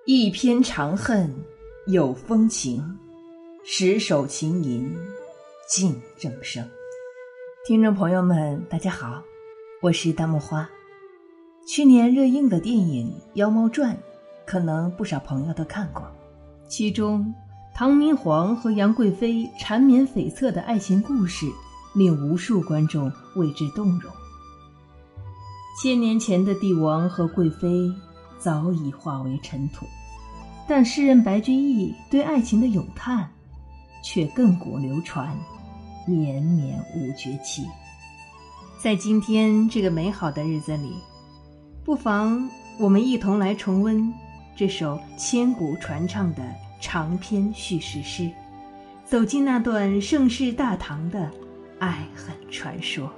一篇长恨有风情，十首情吟尽正声。听众朋友们大家好，我是大木花。去年热映的电影《妖猫传》可能不少朋友都看过，其中唐明皇和杨贵妃缠绵悱恻的爱情故事令无数观众为之动容。千年前的帝王和贵妃早已化为尘土，但诗人白居易对爱情的咏叹却亘古流传，绵绵无绝期。在今天这个美好的日子里，不妨我们一同来重温这首千古传唱的长篇叙事诗，走进那段盛世大唐的爱恨传说。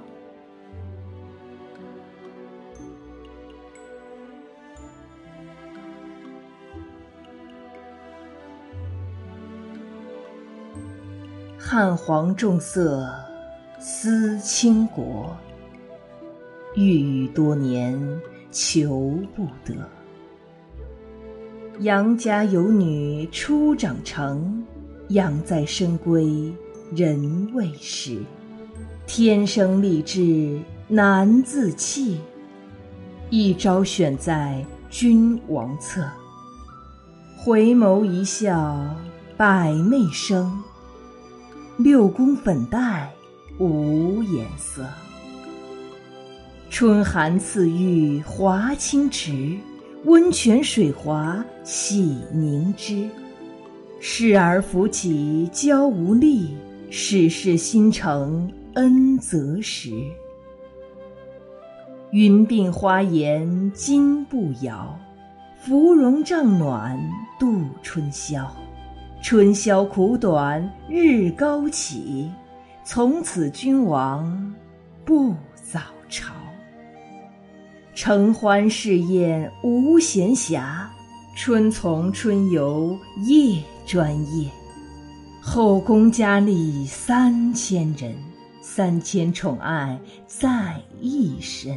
汉皇重色思倾国，郁郁多年求不得。杨家有女初长成，养在深闺人未识。天生丽质难自弃，一朝选在君王侧。回眸一笑百媚生，六宫粉黛无颜色。春寒赐浴华清池，温泉水滑洗凝脂。侍儿扶起娇无力，始是新承恩泽时。云鬓花颜金步摇，芙蓉帐暖度春宵。春宵苦短日高起，从此君王不早朝。承欢侍宴无闲暇，春从春游夜专夜。后宫佳丽3000人，3000宠爱在一身。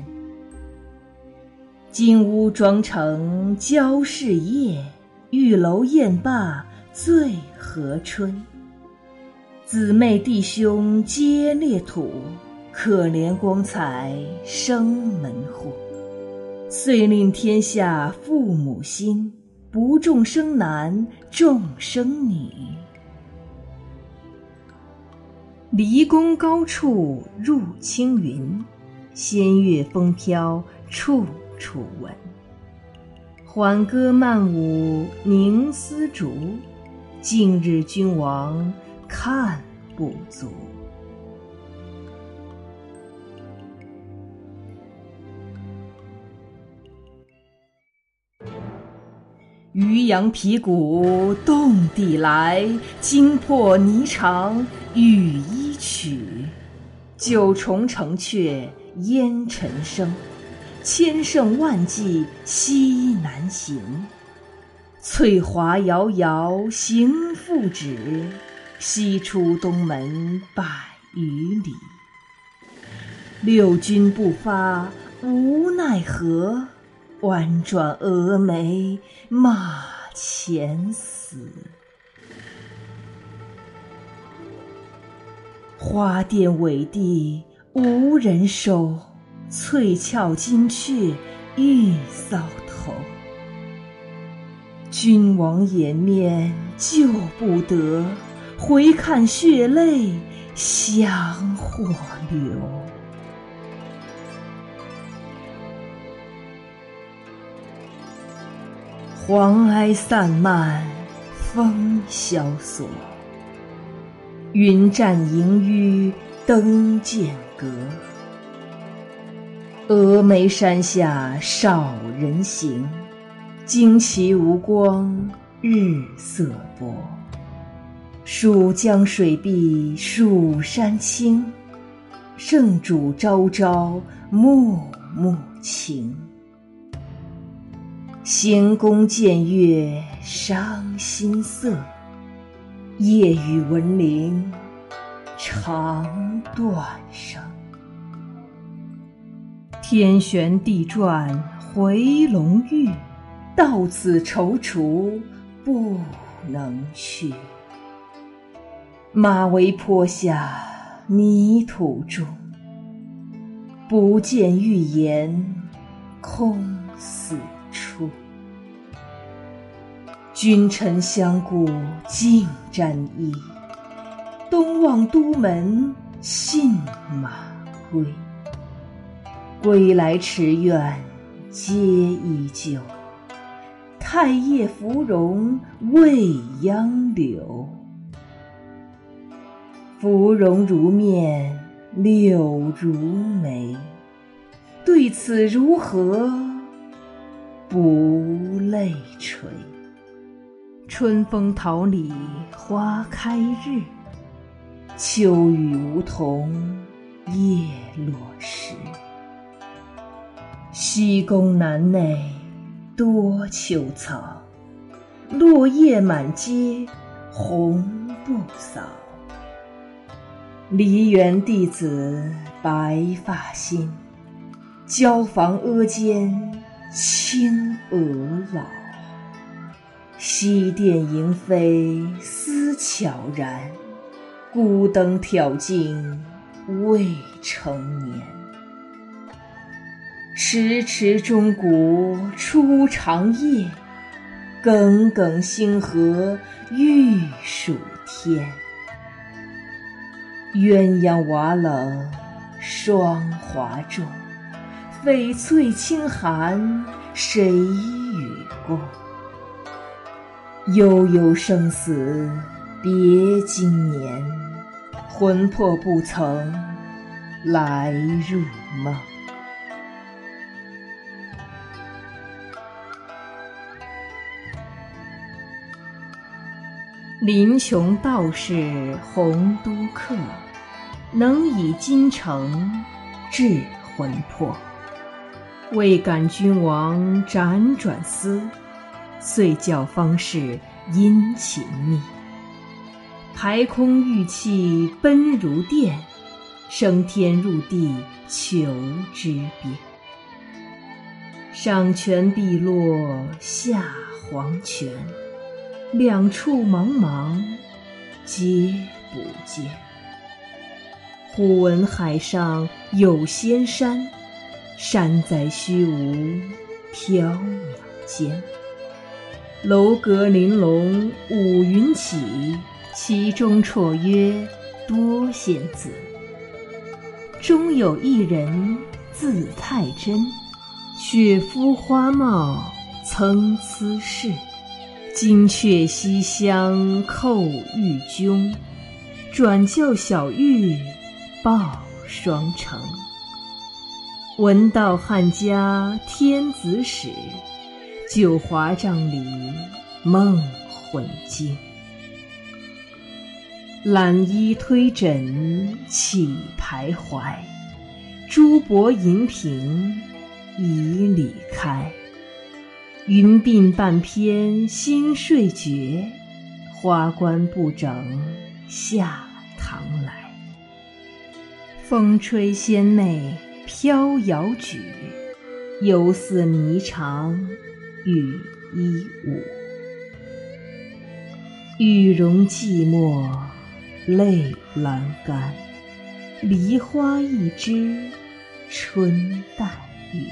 金屋妆成娇侍夜，玉楼宴罢醉和春。姊妹弟兄皆列土，可怜光彩生门户。遂令天下父母心，不重生男重生女。离宫高处入青云，仙乐风飘处处闻。缓歌慢舞凝丝竹，近日君王看不足。渔阳鼙鼓动地来，惊破霓裳羽衣曲。九重城阙烟尘生，千乘万骑西南行。翠华遥遥行复止，西出东门百余里。六军不发无奈何，弯转蛾眉马前死。花钿委地无人收，翠翘金雀玉搔头。君王颜面救不得，回看血泪相或流。黄埃散漫风萧索，云栈萦纡登剑阁。峨眉山下少人行，旌旗无光日色薄。蜀江水碧蜀山青，圣主朝朝暮暮情。行宫见月伤心色，夜雨闻铃肠断声。天旋地转回龙驭， 到此踌躇不能去。马嵬坡下泥土中，不见玉颜空死处。君臣相顾尽沾衣，东望都门信马归。归来池苑皆依旧，太液芙蓉未央柳。芙蓉如面柳如眉，对此如何不泪垂？春风桃李花开日，秋雨梧桐叶落时。西宫南内多秋草，落叶满阶红不扫。梨园弟子白发新，椒房阿监青娥老。西殿萤飞思悄然，孤灯挑尽未成年。迟迟钟鼓初长夜，耿耿星河欲曙天。鸳鸯瓦冷霜华重，翡翠清寒谁与共？悠悠生死别经年，魂魄不曾来入梦。林琼道士洪都客，能以金城治魂魄。未感君王辗转思，遂教方士殷勤觅。排空玉气奔如电，升天入地求之遍。上泉碧落下黄泉，两处茫茫皆不见。忽闻海上有仙山，山在虚无缥缈间。楼阁玲珑五云起，其中绰约多仙子。中有一人字太真，雪肤花貌参差是。金阙西厢扣玉炯，转教小玉报双成。闻道汉家天子使，九华帐里梦魂惊。揽衣推枕起徘徊，珠箔银屏已里开。云鬓半偏新睡觉，花冠不整下堂来。风吹仙袂飘摇举，犹似霓裳羽衣舞。玉容寂寞泪阑干，梨花一枝春带雨。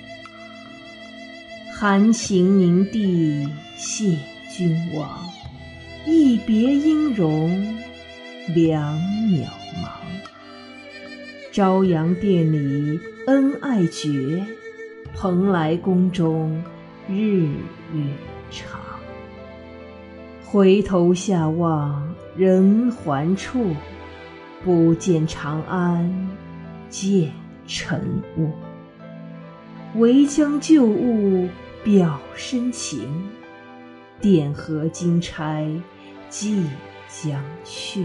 含情凝地谢君王，一别音容两渺茫。朝阳殿里恩爱绝，蓬莱宫中日月长。回头下望人寰处，不见长安见尘雾。唯将旧物表深情，点合金钗即将去。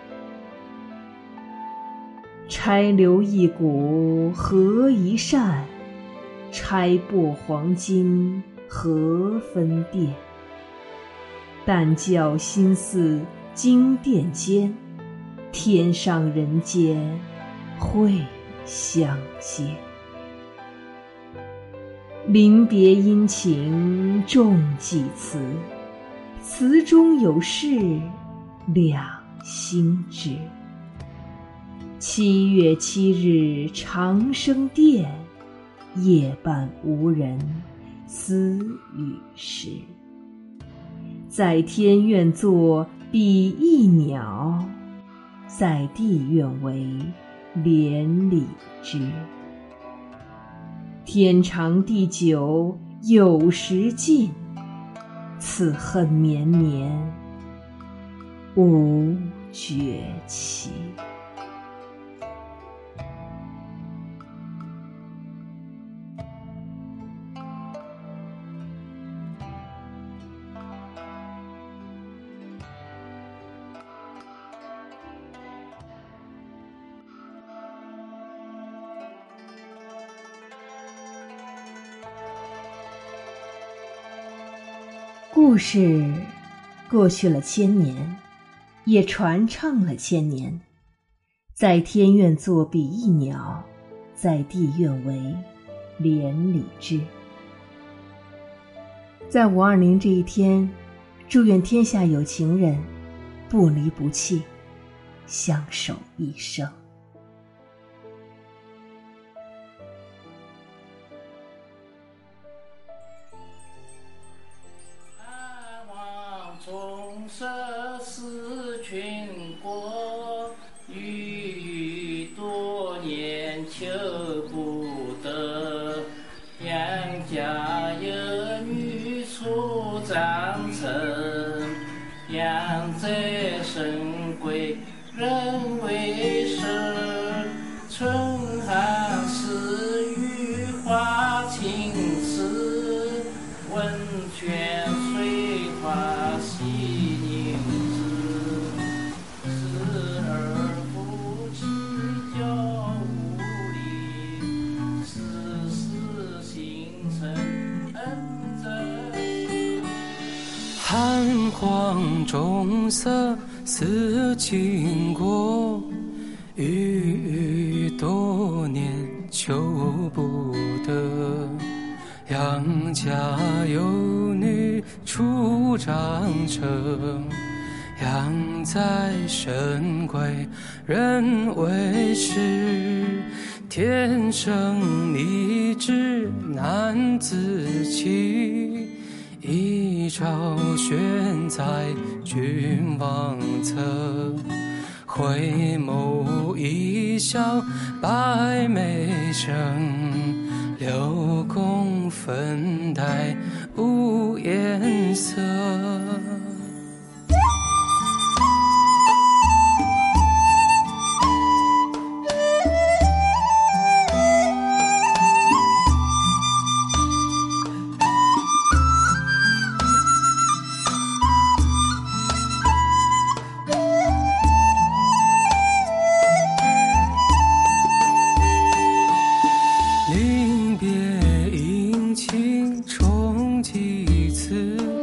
钗留一股合一扇，钗擘黄金何分店。但教心似金殿间，天上人间会相见。 临别殷勤重几词，词中有事两心知。7月7日长生殿，夜半无人私语时。在天愿作比翼鸟，在地愿为连理枝。天长地久有时尽，此恨绵绵无绝期。故事过去了千年，也传唱了千年。在天愿作比翼鸟，在地愿为连理枝。在520这一天，祝愿天下有情人不离不弃，相守一生。 重色思群国，郁郁多年求不得。杨家有女出长城，养在深闺人未识。春寒时雨花青丝，温泉水花洗凝脂。时而夫妻交无离，时时形成恩泽。 寒黄中色思倾国，郁郁多年求不得。杨家有女出长城，养在深闺人未识。天生丽质难自弃，一朝选在君王侧。回眸一笑百媚生，六宫粉黛无颜色。临别殷勤重几词，